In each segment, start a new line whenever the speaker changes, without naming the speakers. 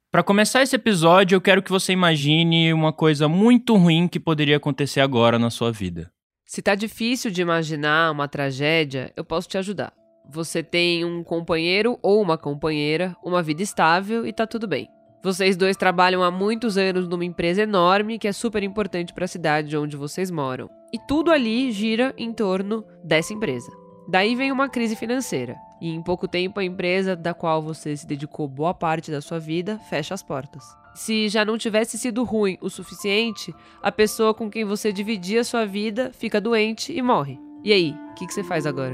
Para começar esse episódio, eu quero que você imagine uma coisa muito ruim que poderia acontecer agora na sua vida.
Se tá difícil de imaginar uma tragédia, eu posso te ajudar. Você tem um companheiro ou uma companheira, uma vida estável e tá tudo bem. Vocês dois trabalham há muitos anos numa empresa enorme que é super importante para a cidade onde vocês moram. E tudo ali gira em torno dessa empresa. Daí vem uma crise financeira. E em pouco tempo a empresa da qual você se dedicou boa parte da sua vida fecha as portas. Se já não tivesse sido ruim o suficiente, a pessoa com quem você dividia sua vida fica doente e morre. E aí, o que você faz agora?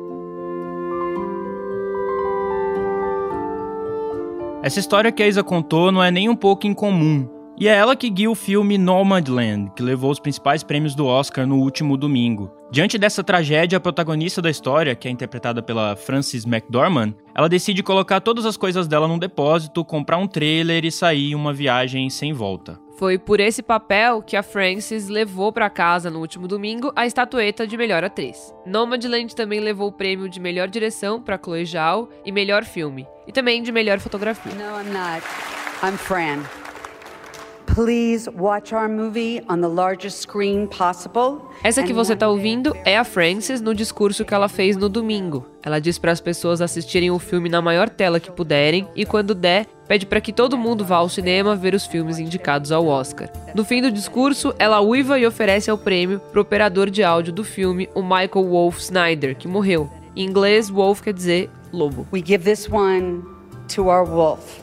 Essa história que a Isa contou não é nem um pouco incomum. E é ela que guia o filme Nomadland, que levou os principais prêmios do Oscar no último domingo. Diante dessa tragédia, a protagonista da história, que é interpretada pela Frances McDormand, ela decide colocar todas as coisas dela num depósito, comprar um trailer e sair em uma viagem sem volta.
Foi por esse papel que a Frances levou para casa no último domingo a estatueta de melhor atriz. Nomadland também levou o prêmio de melhor direção para Chloe Zhao e melhor filme, e também de melhor fotografia.
No, I'm not. I'm Fran. Please watch our movie on the largest screen possible.
Essa que você tá ouvindo é a Frances no discurso que ela fez no domingo. Ela diz para as pessoas assistirem o filme na maior tela que puderem e, quando der, pede para que todo mundo vá ao cinema ver os filmes indicados ao Oscar. No fim do discurso, ela uiva e oferece ao prêmio pro operador de áudio do filme, o Michael Wolf Snyder, que morreu. Em inglês, Wolf quer dizer lobo.
We give this one to our wolf.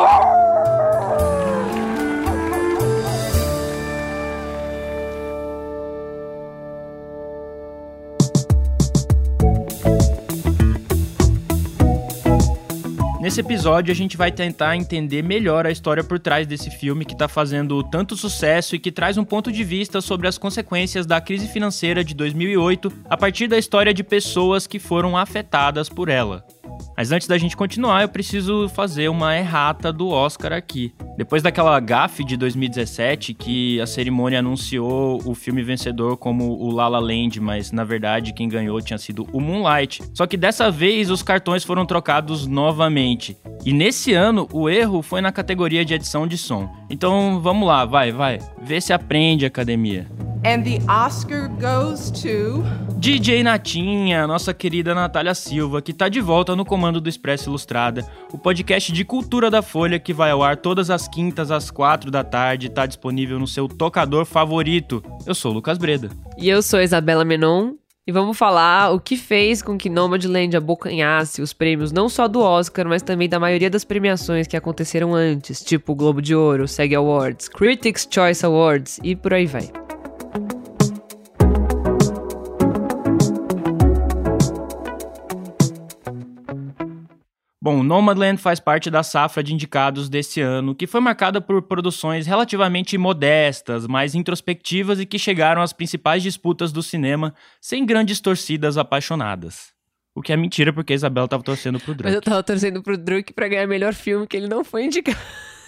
Nesse episódio, a gente vai tentar entender melhor a história por trás desse filme que tá fazendo tanto sucesso e que traz um ponto de vista sobre as consequências da crise financeira de 2008 a partir da história de pessoas que foram afetadas por ela. Mas antes da gente continuar, eu preciso fazer uma errata do Oscar aqui. Depois daquela gafe de 2017, que a cerimônia anunciou o filme vencedor como o La La Land, mas na verdade quem ganhou tinha sido o Moonlight. Só que dessa vez os cartões foram trocados novamente. E nesse ano o erro foi na categoria de edição de som. Então vamos lá, vai. Vê se aprende, academia.
And the Oscar goes to...
DJ Natinha, nossa querida Natália Silva, que tá de volta no comando do Expresso Ilustrada, o podcast de cultura da Folha que vai ao ar todas as quintas às 4 da tarde e tá disponível no seu tocador favorito. Eu sou o Lucas Breda.
E eu sou a Isabela Menon. E vamos falar o que fez com que Nomadland abocanhasse os prêmios não só do Oscar, mas também da maioria das premiações que aconteceram antes, tipo o Globo de Ouro, SEG Awards, Critics' Choice Awards e por aí vai.
Bom, Nomadland faz parte da safra de indicados desse ano, que foi marcada por produções relativamente modestas, mais introspectivas e que chegaram às principais disputas do cinema sem grandes torcidas apaixonadas. O que é mentira, porque a Isabela estava torcendo pro Druk.
Mas eu tava torcendo pro Druk pra ganhar melhor filme, que ele não foi indicado.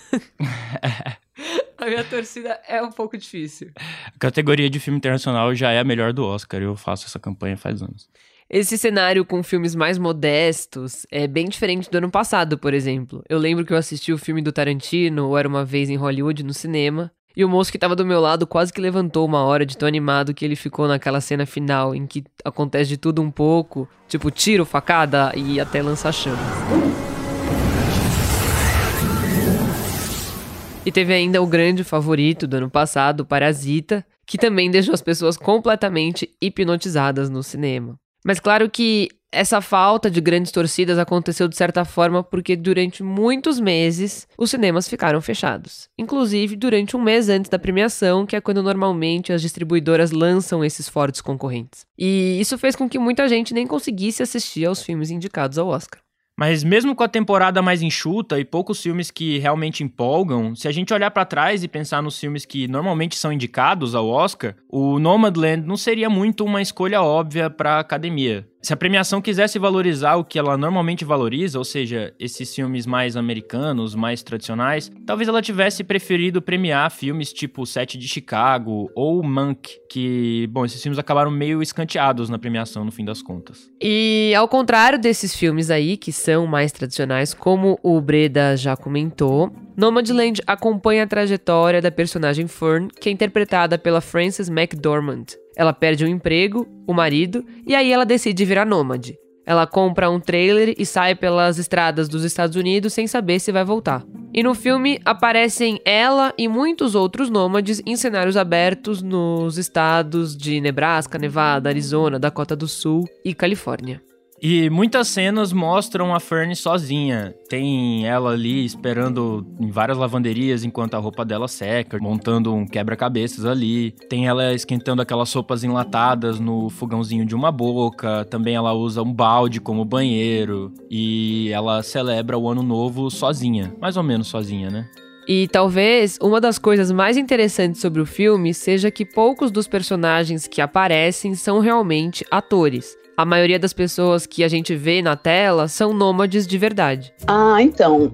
A minha torcida é um pouco difícil.
A categoria de filme internacional já é a melhor do Oscar, eu faço essa campanha faz anos.
Esse cenário com filmes mais modestos é bem diferente do ano passado, por exemplo. Eu lembro que eu assisti o filme do Tarantino, ou Era Uma Vez em Hollywood, no cinema, e o moço que tava do meu lado quase que levantou uma hora de tão animado que ele ficou naquela cena final, em que acontece de tudo um pouco, tipo tiro, facada e até lança-chamas. E teve ainda o grande favorito do ano passado, Parasita, que também deixou as pessoas completamente hipnotizadas no cinema. Mas claro que essa falta de grandes torcidas aconteceu de certa forma porque durante muitos meses os cinemas ficaram fechados. Inclusive durante um mês antes da premiação, que é quando normalmente as distribuidoras lançam esses fortes concorrentes. E isso fez com que muita gente nem conseguisse assistir aos filmes indicados ao Oscar.
Mas mesmo com a temporada mais enxuta e poucos filmes que realmente empolgam, se a gente olhar pra trás e pensar nos filmes que normalmente são indicados ao Oscar, o Nomadland não seria muito uma escolha óbvia pra academia. Se a premiação quisesse valorizar o que ela normalmente valoriza, ou seja, esses filmes mais americanos, mais tradicionais, talvez ela tivesse preferido premiar filmes tipo Sete de Chicago ou Mank, que, bom, esses filmes acabaram meio escanteados na premiação no fim das contas.
E ao contrário desses filmes aí, que são mais tradicionais, como o Breda já comentou, Nomadland acompanha a trajetória da personagem Fern, que é interpretada pela Frances McDormand. Ela perde o emprego, o marido, e aí ela decide virar nômade. Ela compra um trailer e sai pelas estradas dos Estados Unidos sem saber se vai voltar. E no filme aparecem ela e muitos outros nômades em cenários abertos nos estados de Nebraska, Nevada, Arizona, Dakota do Sul e Califórnia.
E muitas cenas mostram a Fern sozinha. Tem ela ali esperando em várias lavanderias enquanto a roupa dela seca, montando um quebra-cabeças ali. Tem ela esquentando aquelas sopas enlatadas no fogãozinho de uma boca. Também ela usa um balde como banheiro. E ela celebra o ano novo sozinha. Mais ou menos sozinha, né?
E talvez uma das coisas mais interessantes sobre o filme seja que poucos dos personagens que aparecem são realmente atores. A maioria das pessoas que a gente vê na tela são nômades de verdade.
Então,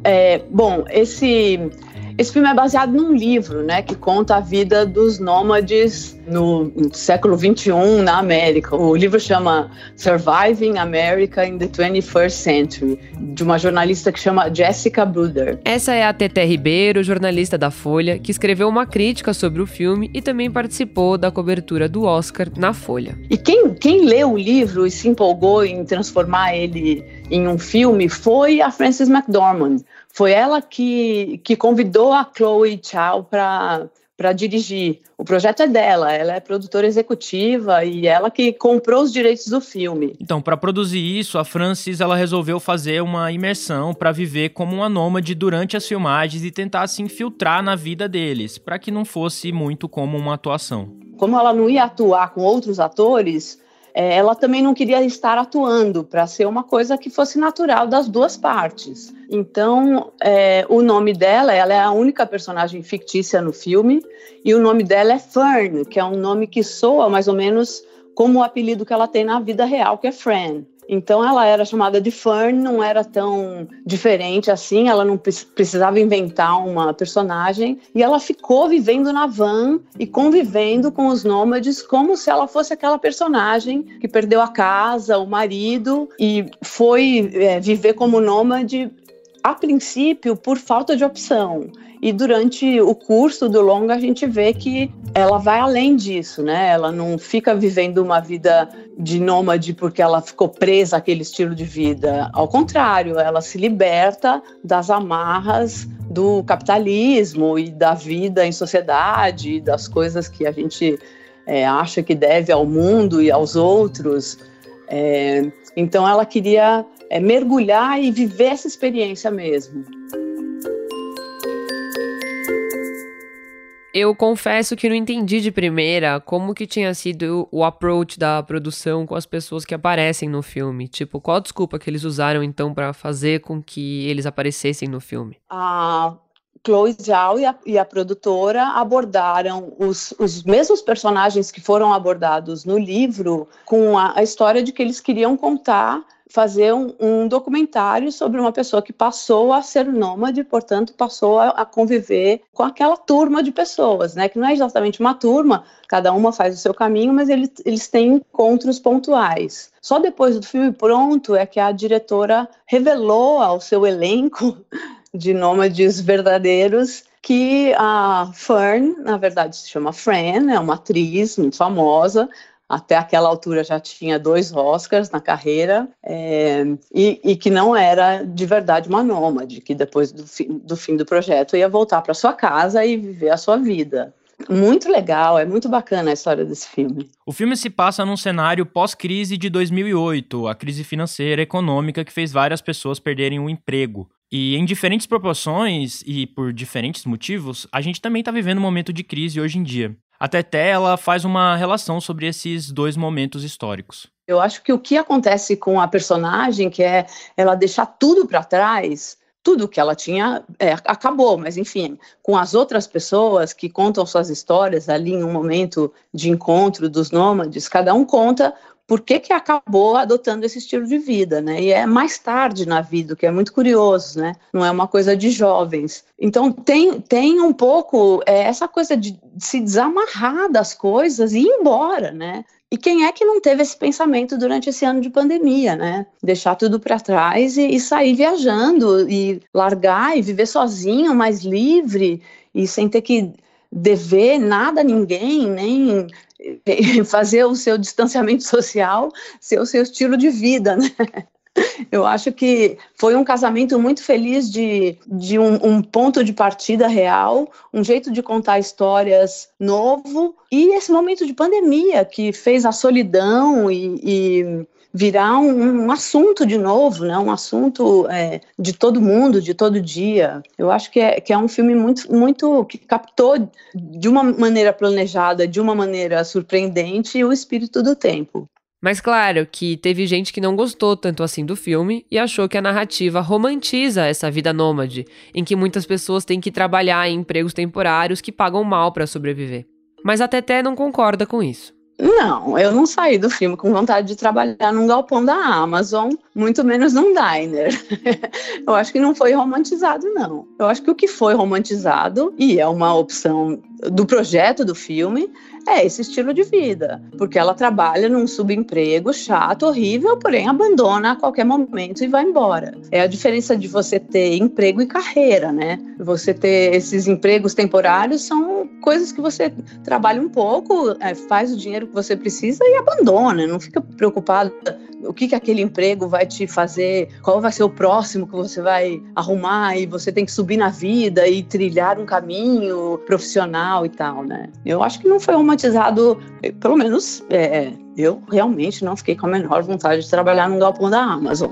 esse filme é baseado num livro, né, que conta a vida dos nômades no século XXI na América. O livro chama Surviving America in the 21st Century, de uma jornalista que chama Jessica Bruder.
Essa é a Teté Ribeiro, jornalista da Folha, que escreveu uma crítica sobre o filme e também participou da cobertura do Oscar na Folha.
E quem leu o livro e se empolgou em transformar ele em um filme foi a Frances McDormand. Foi ela que convidou a Chloe Zhao para dirigir. O projeto é dela, ela é produtora executiva e ela que comprou os direitos do filme.
Então, para produzir isso, a Frances ela resolveu fazer uma imersão para viver como uma nômade durante as filmagens e tentar se infiltrar na vida deles, para que não fosse muito como uma atuação.
Como ela não ia atuar com outros atores, ela também não queria estar atuando, para ser uma coisa que fosse natural das duas partes. Então, o nome dela, ela é a única personagem fictícia no filme, e o nome dela é Fern, que é um nome que soa mais ou menos como o apelido que ela tem na vida real, que é Fran. Então, ela era chamada de Fern, não era tão diferente assim, ela não precisava inventar uma personagem, e ela ficou vivendo na van e convivendo com os nômades como se ela fosse aquela personagem que perdeu a casa, o marido, e foi viver como nômade, a princípio, por falta de opção. E durante o curso do longa a gente vê que ela vai além disso, né? Ela não fica vivendo uma vida de nômade porque ela ficou presa àquele estilo de vida. Ao contrário, ela se liberta das amarras do capitalismo e da vida em sociedade, das coisas que a gente acha que deve ao mundo e aos outros. Então ela queria mergulhar e viver essa experiência mesmo.
Eu confesso que não entendi de primeira como que tinha sido o approach da produção com as pessoas que aparecem no filme. Tipo, qual a desculpa que eles usaram então para fazer com que eles aparecessem no filme?
A Chloe Zhao e a produtora abordaram os mesmos personagens que foram abordados no livro, com a história de que eles queriam fazer um documentário sobre uma pessoa que passou a ser nômade, portanto passou a conviver com aquela turma de pessoas, né? Que não é exatamente uma turma, cada uma faz o seu caminho, mas eles têm encontros pontuais. Só depois do filme pronto é que a diretora revelou ao seu elenco de nômades verdadeiros que a Fern, na verdade se chama Fran, é uma atriz muito famosa, até aquela altura já tinha 2 Oscars na carreira, e que não era de verdade uma nômade, que depois do fim do projeto ia voltar para sua casa e viver a sua vida. Muito legal, é muito bacana a história desse filme.
O filme se passa num cenário pós-crise de 2008, a crise financeira e econômica que fez várias pessoas perderem o emprego. E em diferentes proporções e por diferentes motivos, a gente também está vivendo um momento de crise hoje em dia. A Teté, ela faz uma relação sobre esses 2 momentos históricos.
Eu acho que o que acontece com a personagem, que é ela deixar tudo para trás, tudo que ela tinha acabou, mas enfim, com as outras pessoas que contam suas histórias ali em um momento de encontro dos nômades, cada um conta por que acabou adotando esse estilo de vida, né? E é mais tarde na vida, o que é muito curioso, né? Não é uma coisa de jovens. Então tem um pouco essa coisa de se desamarrar das coisas e ir embora, né? E quem é que não teve esse pensamento durante esse ano de pandemia, né? Deixar tudo para trás e sair viajando, e largar e viver sozinho, mais livre, e sem ter que dever nada a ninguém, nem fazer o seu distanciamento social ser o seu estilo de vida, né? Eu acho que foi um casamento muito feliz de um ponto de partida real, um jeito de contar histórias novo, e esse momento de pandemia que fez a solidão e virar um assunto de novo, né? Um assunto de todo mundo, de todo dia. Eu acho que é um filme muito que captou de uma maneira planejada, de uma maneira surpreendente, o espírito do tempo.
Mas claro que teve gente que não gostou tanto assim do filme e achou que a narrativa romantiza essa vida nômade, em que muitas pessoas têm que trabalhar em empregos temporários que pagam mal para sobreviver. Mas a Teté não concorda com isso.
Não, eu não saí do filme com vontade de trabalhar num galpão da Amazon, muito menos num diner. Eu acho que não foi romantizado, não. Eu acho que o que foi romantizado, e é uma opção do projeto do filme, é esse estilo de vida, porque ela trabalha num subemprego chato, horrível, porém abandona a qualquer momento e vai embora. É a diferença de você ter emprego e carreira, né? Você ter esses empregos temporários são coisas que você trabalha um pouco, faz o dinheiro que você precisa e abandona, não fica preocupado o que aquele emprego vai te fazer, qual vai ser o próximo que você vai arrumar, e você tem que subir na vida e trilhar um caminho profissional e tal, né? Eu acho que não foi romantizado, pelo menos eu realmente não fiquei com a menor vontade de trabalhar num galpão da Amazon.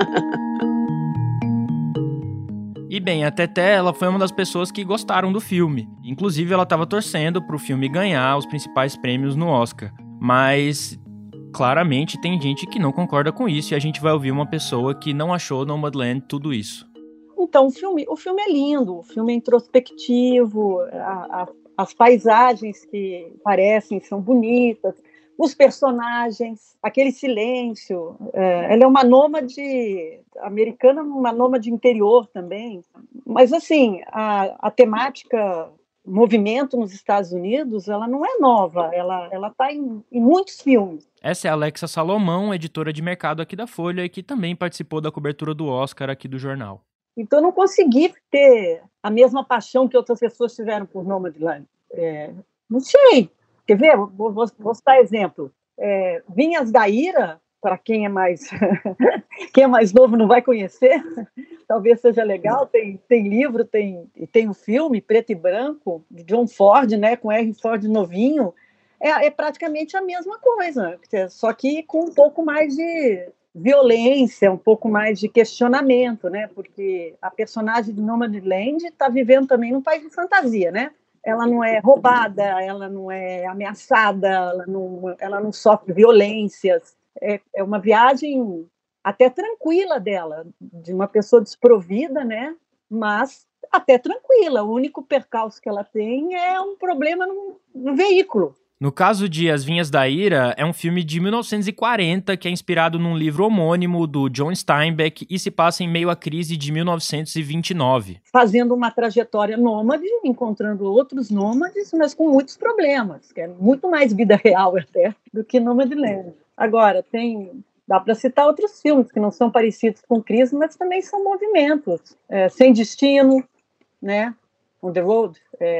E bem, a Teté, ela foi uma das pessoas que gostaram do filme. Inclusive, ela estava torcendo para o filme ganhar os principais prêmios no Oscar. Mas claramente tem gente que não concorda com isso, e a gente vai ouvir uma pessoa que não achou Nomadland tudo isso.
Então, o filme é lindo, o filme é introspectivo, as paisagens que parecem são bonitas, os personagens, aquele silêncio. Ela é uma nômade americana, uma nômade interior também. Mas, assim, a temática movimento nos Estados Unidos, ela não é nova, ela está em muitos filmes.
Essa é a Alexa Salomão, editora de mercado aqui da Folha, e que também participou da cobertura do Oscar aqui do jornal.
Então, eu não consegui ter a mesma paixão que outras pessoas tiveram por Nomadland. Não sei. Quer ver? Vou citar exemplo. Vinhas da Ira, para quem é mais novo não vai conhecer, talvez seja legal. Tem livro, tem o filme preto e branco de John Ford, né, com R. Ford novinho. É praticamente a mesma coisa, só que com um pouco mais de violência, um pouco mais de questionamento, né? Porque a personagem de Nomadland está vivendo também num país de fantasia, né? Ela não é roubada, ela não é ameaçada, ela não sofre violências. É uma viagem até tranquila dela, de uma pessoa desprovida, né? Mas até tranquila. O único percalço que ela tem é um problema no veículo.
No caso de As Vinhas da Ira, é um filme de 1940 que é inspirado num livro homônimo do John Steinbeck e se passa em meio à crise de 1929.
Fazendo uma trajetória nômade, encontrando outros nômades, mas com muitos problemas, que é muito mais vida real até do que Nomadland. Agora, dá para citar outros filmes que não são parecidos com crise, mas também são movimentos. Sem Destino, né? On the Road,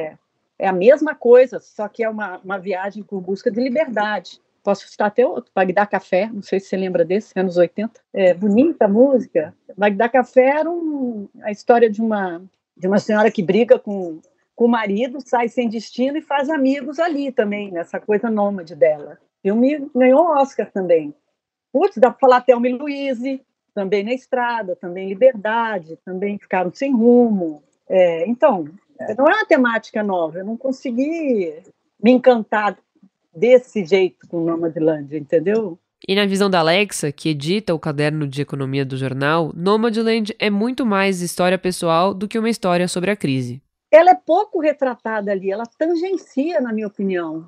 é a mesma coisa, só que é uma viagem por busca de liberdade. Posso citar até outro, Bagdá Café, não sei se você lembra desse, anos 80. Bonita a música. Bagdá Café era a história de uma senhora que briga com o marido, sai sem destino e faz amigos ali também, nessa coisa nômade dela. O filme ganhou o Oscar também. Dá para falar Thelma e Louise, também na estrada, também Liberdade, também Ficaram Sem Rumo. Então, não é uma temática nova, eu não consegui me encantar desse jeito com Nomadland, entendeu?
E na visão da Alexa, que edita o caderno de economia do jornal, Nomadland é muito mais história pessoal do que uma história sobre a crise.
Ela é pouco retratada ali, ela tangencia, na minha opinião.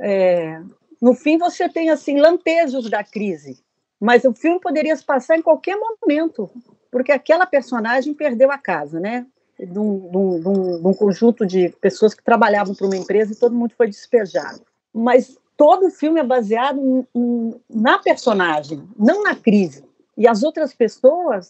No fim, você tem assim lampejos da crise, mas o filme poderia se passar em qualquer momento, porque aquela personagem perdeu a casa, né? De um conjunto de pessoas que trabalhavam para uma empresa e todo mundo foi despejado. Mas todo o filme é baseado na personagem, não na crise. E as outras pessoas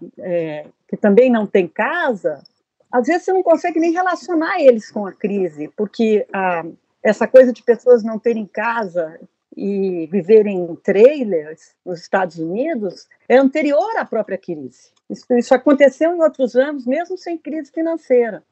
que também não têm casa, às vezes você não consegue nem relacionar eles com a crise, porque essa coisa de pessoas não terem casa e viverem em trailers nos Estados Unidos é anterior à própria crise. Isso aconteceu em outros anos, mesmo sem crise financeira.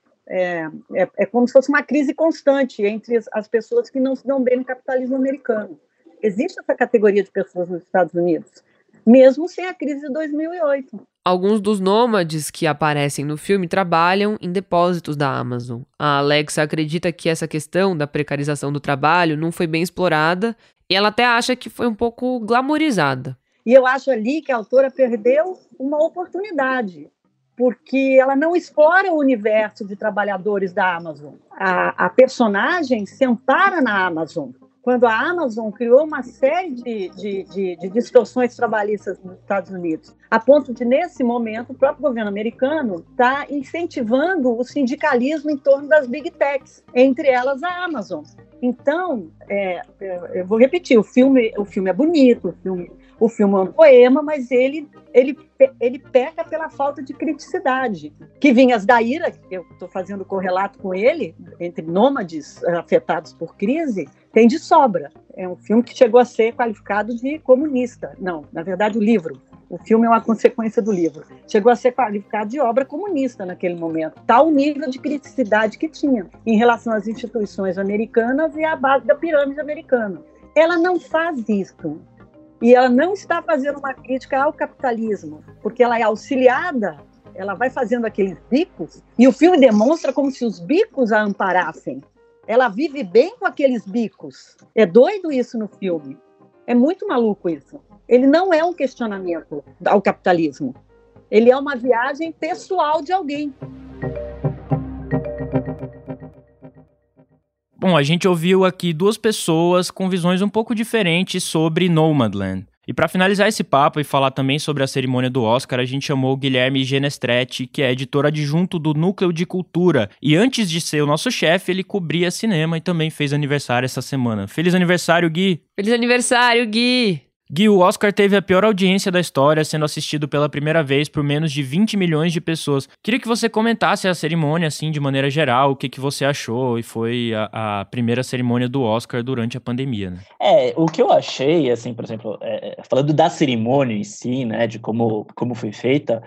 É como se fosse uma crise constante entre as pessoas que não se dão bem no capitalismo americano. Existe essa categoria de pessoas nos Estados Unidos, mesmo sem a crise de 2008.
Alguns dos nômades que aparecem no filme trabalham em depósitos da Amazon. A Alexa acredita que essa questão da precarização do trabalho não foi bem explorada e ela até acha que foi um pouco glamourizada.
E eu acho ali que a autora perdeu uma oportunidade, porque ela não explora o universo de trabalhadores da Amazon. A personagem se ampara na Amazon. Quando a Amazon criou uma série de distorções trabalhistas nos Estados Unidos, a ponto de, nesse momento, o próprio governo americano está incentivando o sindicalismo em torno das big techs, entre elas a Amazon. Então, eu vou repetir, o filme é bonito, o filme é um poema, mas ele peca pela falta de criticidade. Que Vinhas da Ira, que eu estou fazendo correlato com ele, entre nômades afetados por crise, tem de sobra. É um filme que chegou a ser qualificado de comunista. Não, na verdade, o livro. O filme é uma consequência do livro. Chegou a ser qualificado de obra comunista naquele momento. Tal o nível de criticidade que tinha em relação às instituições americanas e à base da pirâmide americana. Ela não faz isso. E ela não está fazendo uma crítica ao capitalismo, porque ela é auxiliada, ela vai fazendo aqueles bicos, e o filme demonstra como se os bicos a amparassem. Ela vive bem com aqueles bicos. É doido isso no filme. É muito maluco isso. Ele não é um questionamento ao capitalismo. Ele é uma viagem pessoal de alguém.
Bom, a gente ouviu aqui duas pessoas com visões um pouco diferentes sobre Nomadland. E para finalizar esse papo e falar também sobre a cerimônia do Oscar, a gente chamou o Guilherme Genestretti, que é editor adjunto do Núcleo de Cultura. E antes de ser o nosso chefe, ele cobria cinema e também fez aniversário essa semana. Feliz aniversário, Gui!
Feliz aniversário, Gui!
Gui, o Oscar teve a pior audiência da história, sendo assistido pela primeira vez por menos de 20 milhões de pessoas. Queria que você comentasse a cerimônia, assim, de maneira geral, o que você achou, e foi a primeira cerimônia do Oscar durante a pandemia, né?
O que eu achei, assim, por exemplo, falando da cerimônia em si, né, de como foi feita,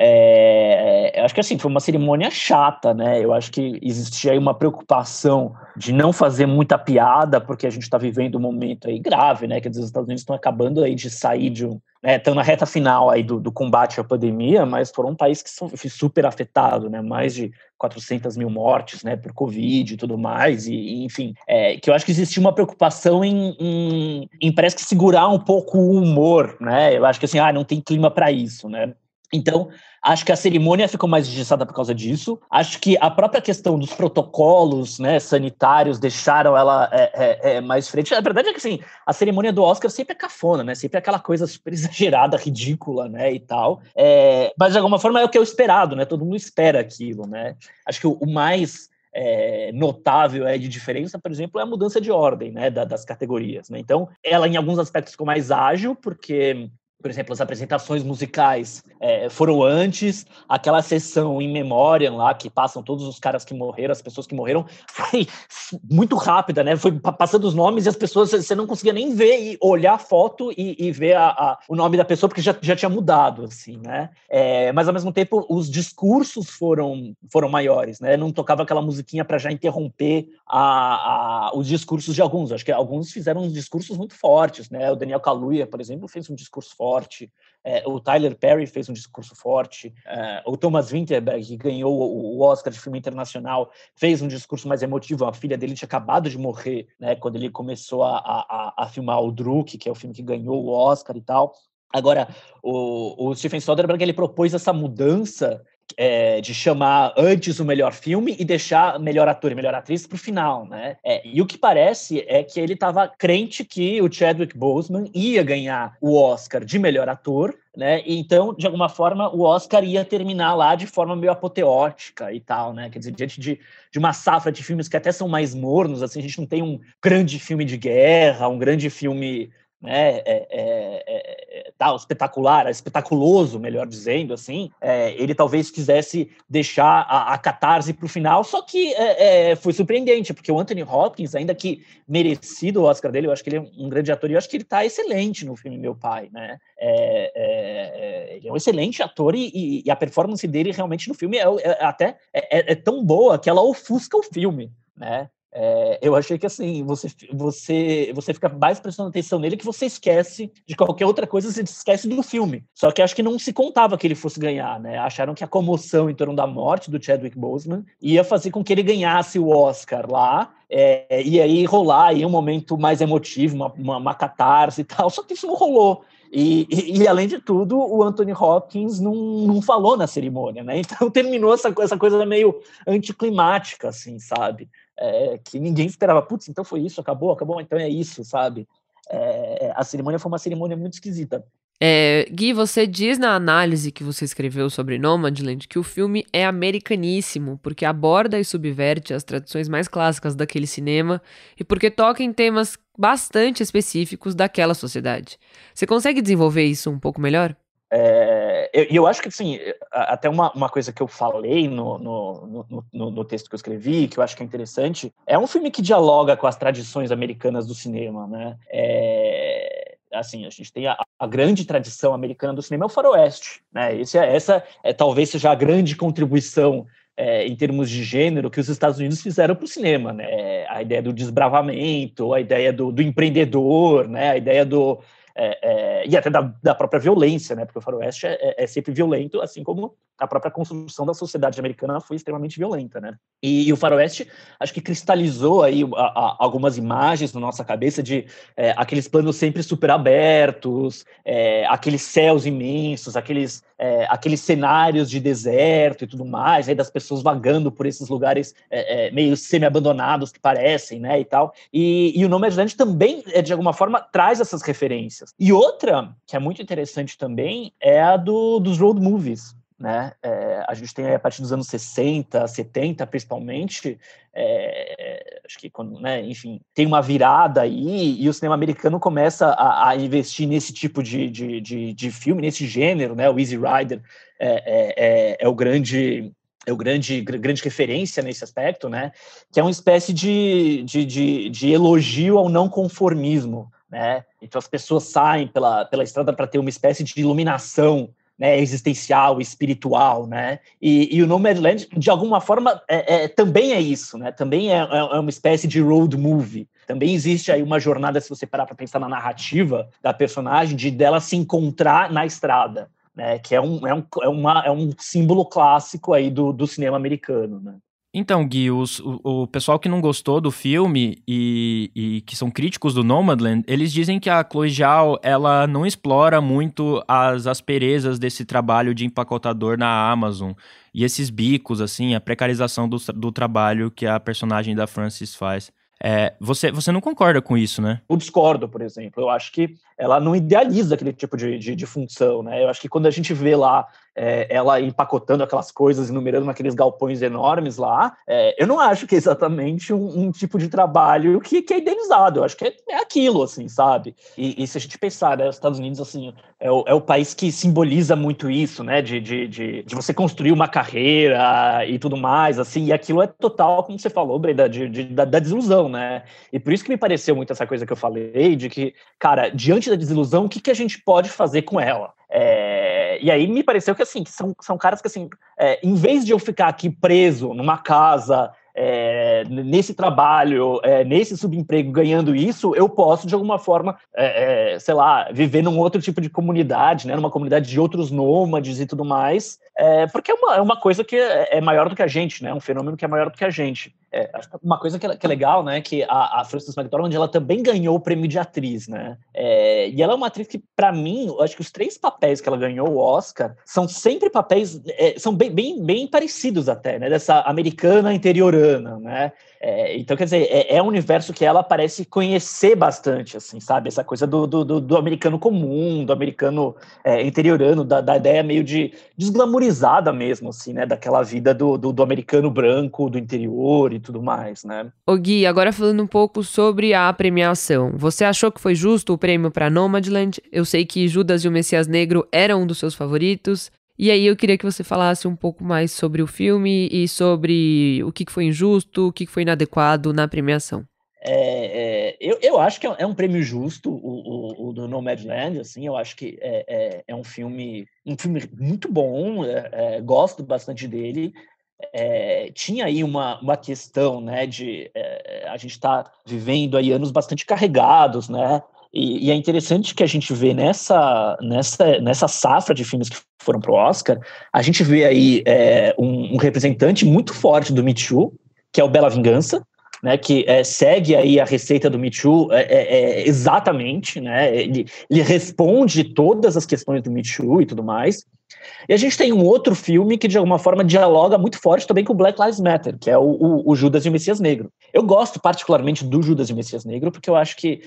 eu acho que, assim, foi uma cerimônia chata, né? Eu acho que existia aí uma preocupação de não fazer muita piada, porque a gente está vivendo um momento aí grave, né? Quer dizer, os Estados Unidos estão acabando aí de sair de estão na reta final aí do combate à pandemia, mas foram um país que foi super afetado, né? Mais de 400 mil mortes, né? Por Covid e tudo mais, e enfim, que eu acho que existia uma preocupação em parece que segurar um pouco o humor, né? Eu acho que, assim, não tem clima para isso, né? Então, acho que a cerimônia ficou mais engessada por causa disso. Acho que a própria questão dos protocolos, né, sanitários deixaram ela mais frente. A verdade é que, assim, a cerimônia do Oscar sempre é cafona, né? Sempre é aquela coisa super exagerada, ridícula, né, e tal. Mas, de alguma forma, é o que é o esperado, né? Todo mundo espera aquilo, né? Acho que o mais notável de diferença, por exemplo, é a mudança de ordem, né, das categorias, né? Então, ela, em alguns aspectos, ficou mais ágil, porque... Por exemplo, as apresentações musicais foram antes, aquela sessão in memoriam lá, que passam todos os caras que morreram, as pessoas que morreram, foi muito rápida, né? Foi passando os nomes e as pessoas, você não conseguia nem ver e olhar a foto e ver o nome da pessoa, porque já tinha mudado, assim, né? Mas, ao mesmo tempo, os discursos foram maiores, né? Não tocava aquela musiquinha para já interromper os discursos de alguns. Acho que alguns fizeram uns discursos muito fortes, né? O Daniel Kaluuya, por exemplo, fez um discurso forte. O Tyler Perry fez um discurso forte. O Thomas Vinterberg, que ganhou o Oscar de filme internacional, fez um discurso mais emotivo. A filha dele tinha acabado de morrer, né, quando ele começou a filmar o Druk, que é o filme que ganhou o Oscar e tal. Agora, o Steven Soderbergh, ele propôs essa mudança de chamar antes o melhor filme e deixar melhor ator e melhor atriz para o final, né? E o que parece é que ele estava crente que o Chadwick Boseman ia ganhar o Oscar de melhor ator, né? E então, de alguma forma, o Oscar ia terminar lá de forma meio apoteótica e tal, né? Quer dizer, diante de uma safra de filmes que até são mais mornos, assim, a gente não tem um grande filme de guerra, um grande filme, né, tal, espetaculoso, melhor dizendo, assim, ele talvez quisesse deixar a catarse para o final, só que foi surpreendente, porque o Anthony Hopkins, ainda que merecido o Oscar dele, eu acho que ele é um grande ator, e eu acho que ele está excelente no filme Meu Pai, né, ele é um excelente ator, e a performance dele realmente no filme é tão boa que ela ofusca o filme, né. Eu achei que, assim, você fica mais prestando atenção nele que você esquece de qualquer outra coisa, você esquece do filme. Só que acho que não se contava que ele fosse ganhar, né? Acharam que a comoção em torno da morte do Chadwick Boseman ia fazer com que ele ganhasse o Oscar lá, e aí rolar aí um momento mais emotivo, uma catarse e tal, só que isso não rolou. E além de tudo, o Anthony Hopkins não falou na cerimônia, né? Então terminou essa coisa meio anticlimática, assim, sabe? Que ninguém esperava. Putz, então foi isso, acabou, então é isso, sabe? A cerimônia foi uma cerimônia muito esquisita.
Gui, você diz na análise que você escreveu sobre Nomadland que o filme é americaníssimo, porque aborda e subverte as tradições mais clássicas daquele cinema e porque toca em temas bastante específicos daquela sociedade. Você consegue desenvolver isso um pouco melhor?
Eu acho que, assim, até uma coisa que eu falei no texto que eu escrevi, que eu acho que é interessante, é um filme que dialoga com as tradições americanas do cinema, né? Assim, a gente tem a grande tradição americana do cinema é o faroeste, né? Essa talvez seja a grande contribuição em termos de gênero que os Estados Unidos fizeram para o cinema, né? A ideia do desbravamento, a ideia do empreendedor, né? A ideia e até da própria violência, né? Porque o faroeste é sempre violento, assim como a própria construção da sociedade americana foi extremamente violenta, né? E o faroeste, acho que cristalizou aí algumas imagens na nossa cabeça de aqueles planos sempre super abertos, aqueles céus imensos, aqueles cenários de deserto e tudo mais, aí das pessoas vagando por esses lugares meio semi-abandonados que parecem, né, e tal. E o Nomadland também, de alguma forma, traz essas referências. E outra, que é muito interessante também, é a dos road movies, né? A gente tem a partir dos anos 60, 70, principalmente, acho que quando, né, enfim, tem uma virada aí e o cinema americano começa a investir nesse tipo de filme, nesse gênero, né? O Easy Rider é grande referência nesse aspecto, né? Que é uma espécie de elogio ao não conformismo, né? Então as pessoas saem pela estrada para ter uma espécie de iluminação, né, existencial, espiritual, né? E o Nomadland, de alguma forma, também é isso, né? Também é uma espécie de road movie. Também existe aí uma jornada, se você parar para pensar na narrativa da personagem, dela se encontrar na estrada, né? Que é um símbolo clássico aí do cinema americano, né?
Então, Gui, o pessoal que não gostou do filme e que são críticos do Nomadland, eles dizem que a Chloe Zhao, ela não explora muito as asperezas desse trabalho de empacotador na Amazon e esses bicos, assim, a precarização do trabalho que a personagem da Frances faz. Você não concorda com isso, né?
Eu discordo, por exemplo. Eu acho que ela não idealiza aquele tipo de função, né? Eu acho que quando a gente vê lá ela empacotando aquelas coisas, enumerando naqueles galpões enormes lá, eu não acho que é exatamente um tipo de trabalho que é idealizado. Eu acho que é aquilo, assim, sabe? E se a gente pensar, né, os Estados Unidos, assim, é o país que simboliza muito isso, né? De você construir uma carreira e tudo mais, assim, e aquilo é total, como você falou, Brenda, da desilusão, né? E por isso que me pareceu muito essa coisa que eu falei, de que, cara, diante da desilusão, o que a gente pode fazer com ela? E aí me pareceu que, assim, que são caras que, assim, em vez de eu ficar aqui preso numa casa, nesse trabalho, nesse subemprego, ganhando isso, eu posso, de alguma forma, sei lá, viver num outro tipo de comunidade, né, numa comunidade de outros nômades e tudo mais, porque é uma coisa que é maior do que a gente, né, um fenômeno que é maior do que a gente. Uma coisa que é legal, né, que a Frances McDormand, ela também ganhou o prêmio de atriz, né, e ela é uma atriz que, para mim, eu acho que os 3 papéis que ela ganhou o Oscar são sempre papéis, são bem parecidos até, né, dessa americana interiorana, né, né? Então, quer dizer, é um universo que ela parece conhecer bastante, assim, sabe? Essa coisa do americano comum, do americano interiorano, da ideia meio de desglamorizada mesmo, assim, né? Daquela vida do americano branco, do interior e tudo mais, né?
Ô Gui, agora falando um pouco sobre a premiação. Você achou que foi justo o prêmio para Nomadland? Eu sei que Judas e o Messias Negro era um dos seus favoritos. E aí eu queria que você falasse um pouco mais sobre o filme e sobre o que foi injusto, o que foi inadequado na premiação.
Eu acho que é um prêmio justo, o do Nomadland, assim, eu acho que é um filme muito bom, gosto bastante dele. Tinha aí uma questão, né, de a gente está vivendo aí anos bastante carregados, né, e é interessante que a gente vê nessa safra de filmes que foram para o Oscar, a gente vê aí um representante muito forte do Me Too, que é o Bela Vingança, né, que segue aí a receita do Me Too exatamente, né, ele responde todas as questões do Me Too e tudo mais. E a gente tem um outro filme que, de alguma forma, dialoga muito forte também com o Black Lives Matter, que é o Judas e o Messias Negro. Eu gosto particularmente do Judas e o Messias Negro, porque eu acho que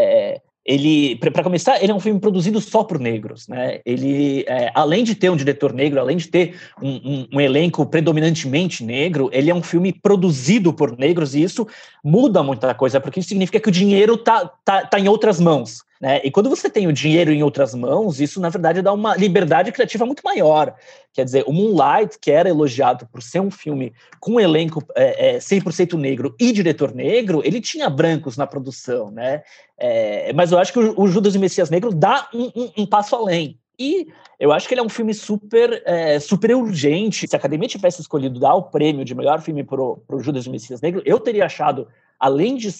ele, para começar, ele é um filme produzido só por negros, né? Ele, além de ter um diretor negro, além de ter um elenco predominantemente negro, ele é um filme produzido por negros, e isso muda muita coisa, porque isso significa que o dinheiro tá em outras mãos, né? E quando você tem o dinheiro em outras mãos, isso, na verdade, dá uma liberdade criativa muito maior. Quer dizer, o Moonlight, que era elogiado por ser um filme com um elenco 100% negro e diretor negro, ele tinha brancos na produção, né? Mas eu acho que o Judas e o Messias Negro dá um passo além. E eu acho que ele é um filme super urgente. Se a Academia tivesse escolhido dar o prêmio de melhor filme pro Judas e o Messias Negro, eu teria achado, além de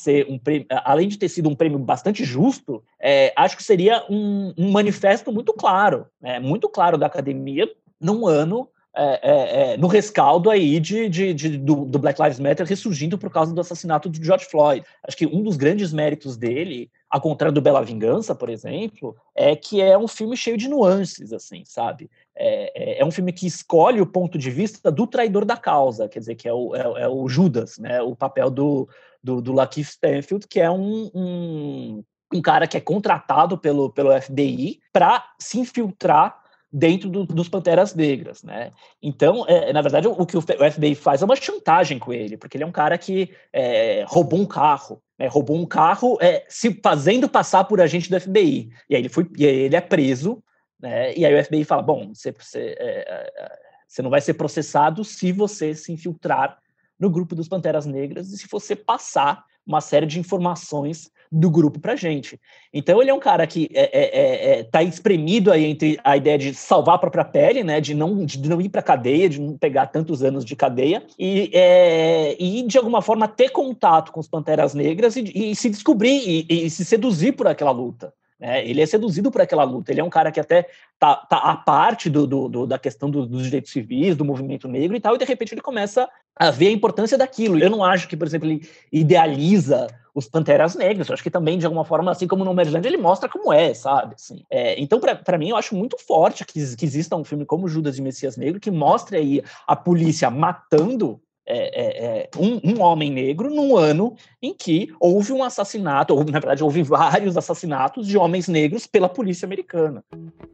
ter sido um prêmio bastante justo, acho que seria um manifesto muito claro da Academia num ano, no rescaldo aí do Black Lives Matter ressurgindo por causa do assassinato de George Floyd. Acho que um dos grandes méritos dele, ao contrário do Bela Vingança, por exemplo, é que é um filme cheio de nuances, assim, sabe? É um filme que escolhe o ponto de vista do traidor da causa, quer dizer, que é o Judas, né? O papel do Lakeith Stanfield, que é um cara que é contratado pelo FBI para se infiltrar dentro dos Panteras Negras, né? Então, na verdade, o que o FBI faz é uma chantagem com ele, porque ele é um cara que roubou um carro, se fazendo passar por agente do FBI. E aí ele é preso, né? E aí o FBI fala, bom, você não vai ser processado se você se infiltrar no grupo dos Panteras Negras e se você passar uma série de informações do grupo pra gente. Então ele é um cara que tá espremido aí entre a ideia de salvar a própria pele, né, de não ir pra cadeia, de não pegar tantos anos de cadeia, e de alguma forma ter contato com os Panteras Negras e se descobrir e se seduzir por aquela luta. Ele é seduzido por aquela luta, ele é um cara que até tá à parte da questão dos direitos civis, do movimento negro e tal, e de repente ele começa a ver a importância daquilo. Eu não acho que, por exemplo, ele idealiza os Panteras Negras, eu acho que também, de alguma forma, assim como no Nomadland, ele mostra como sabe? Assim, então, para mim, eu acho muito forte que exista um filme como Judas e Messias Negro, que mostre aí a polícia matando um homem negro num ano em que houve um assassinato, na verdade houve vários assassinatos de homens negros pela polícia americana.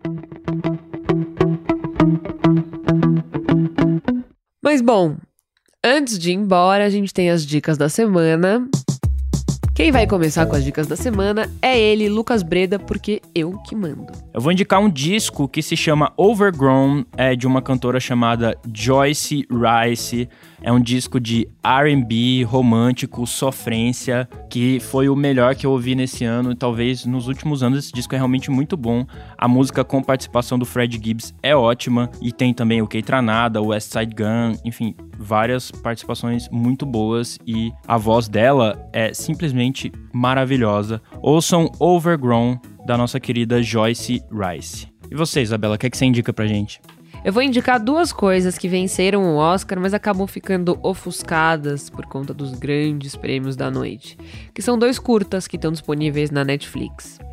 Mas bom, antes de ir embora, a gente tem as dicas da semana. Quem vai começar com as dicas da semana é ele, Lucas Breda, porque eu que mando.
Eu vou indicar um disco que se chama Overgrown, de uma cantora chamada Joyce Rice. É um disco de R&B, romântico, sofrência, que foi o melhor que eu ouvi nesse ano. E talvez nos últimos anos esse disco é realmente muito bom. A música com participação do Fred Gibbs é ótima. E tem também o Keitranada, o West Side Gun, enfim, várias participações muito boas. E a voz dela é simplesmente maravilhosa. Ouçam Overgrown, da nossa querida Joyce Rice. E você, Isabela, o que você indica pra gente?
Eu vou indicar duas coisas que venceram o Oscar, mas acabam ficando ofuscadas por conta dos grandes prêmios da noite, que são 2 curtas que estão disponíveis na Netflix.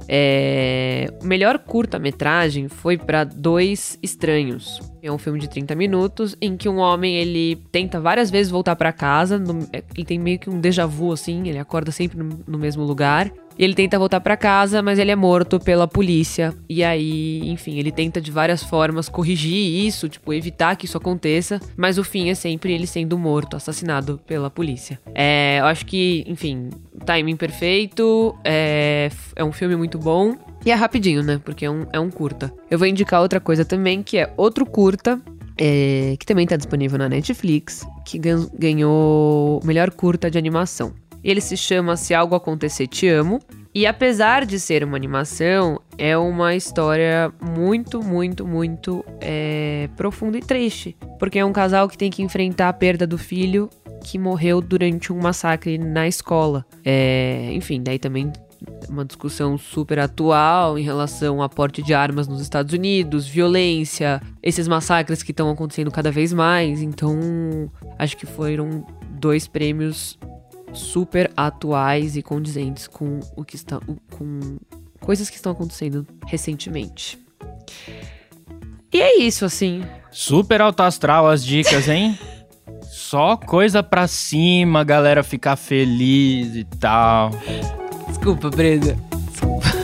O melhor curta-metragem foi pra Dois Estranhos. É um filme de 30 minutos em que um homem, ele tenta várias vezes voltar pra casa, ele tem meio que um déjà vu, assim, ele acorda sempre no mesmo lugar. E ele tenta voltar pra casa, mas ele é morto pela polícia. E aí, enfim, ele tenta de várias formas corrigir isso, tipo, evitar que isso aconteça. Mas o fim é sempre ele sendo morto, assassinado pela polícia. Eu acho que, enfim, timing perfeito, é um filme muito bom. E é rapidinho, né? Porque é um curta. Eu vou indicar outra coisa também, que é outro curta, que também tá disponível na Netflix, que ganhou o melhor curta de animação. Ele se chama Se Algo Acontecer, Te Amo. E apesar de ser uma animação, é uma história muito, muito, muito profunda e triste. Porque é um casal que tem que enfrentar a perda do filho que morreu durante um massacre na escola. Enfim, daí também uma discussão super atual em relação ao porte de armas nos Estados Unidos, violência, esses massacres que estão acontecendo cada vez mais. Então, acho que foram 2 prêmios super atuais e condizentes com o que está, com coisas que estão acontecendo recentemente. E é isso, assim.
Super alto astral as dicas, hein? Só coisa pra cima, galera ficar feliz e tal.
Desculpa, Brenda. Desculpa.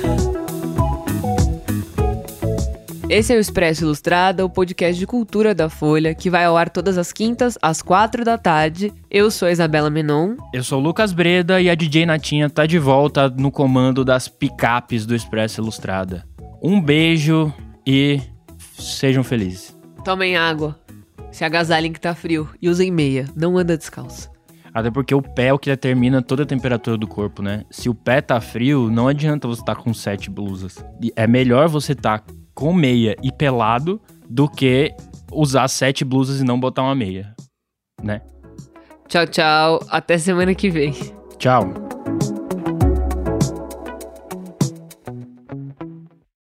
Esse é o Expresso Ilustrada, o podcast de cultura da Folha, que vai ao ar todas as quintas, às 4 da tarde. Eu sou a Isabela Menon.
Eu sou o Lucas Breda e a DJ Natinha tá de volta no comando das picapes do Expresso Ilustrada. Um beijo e sejam felizes.
Tomem água, se agasalhem que tá frio e usem meia, não anda descalço.
Até porque o pé é o que determina toda a temperatura do corpo, né? Se o pé tá frio, não adianta você estar com 7 blusas. É melhor você estar com meia e pelado do que usar 7 blusas e não botar uma meia, né?
Tchau, tchau. Até semana que vem.
Tchau.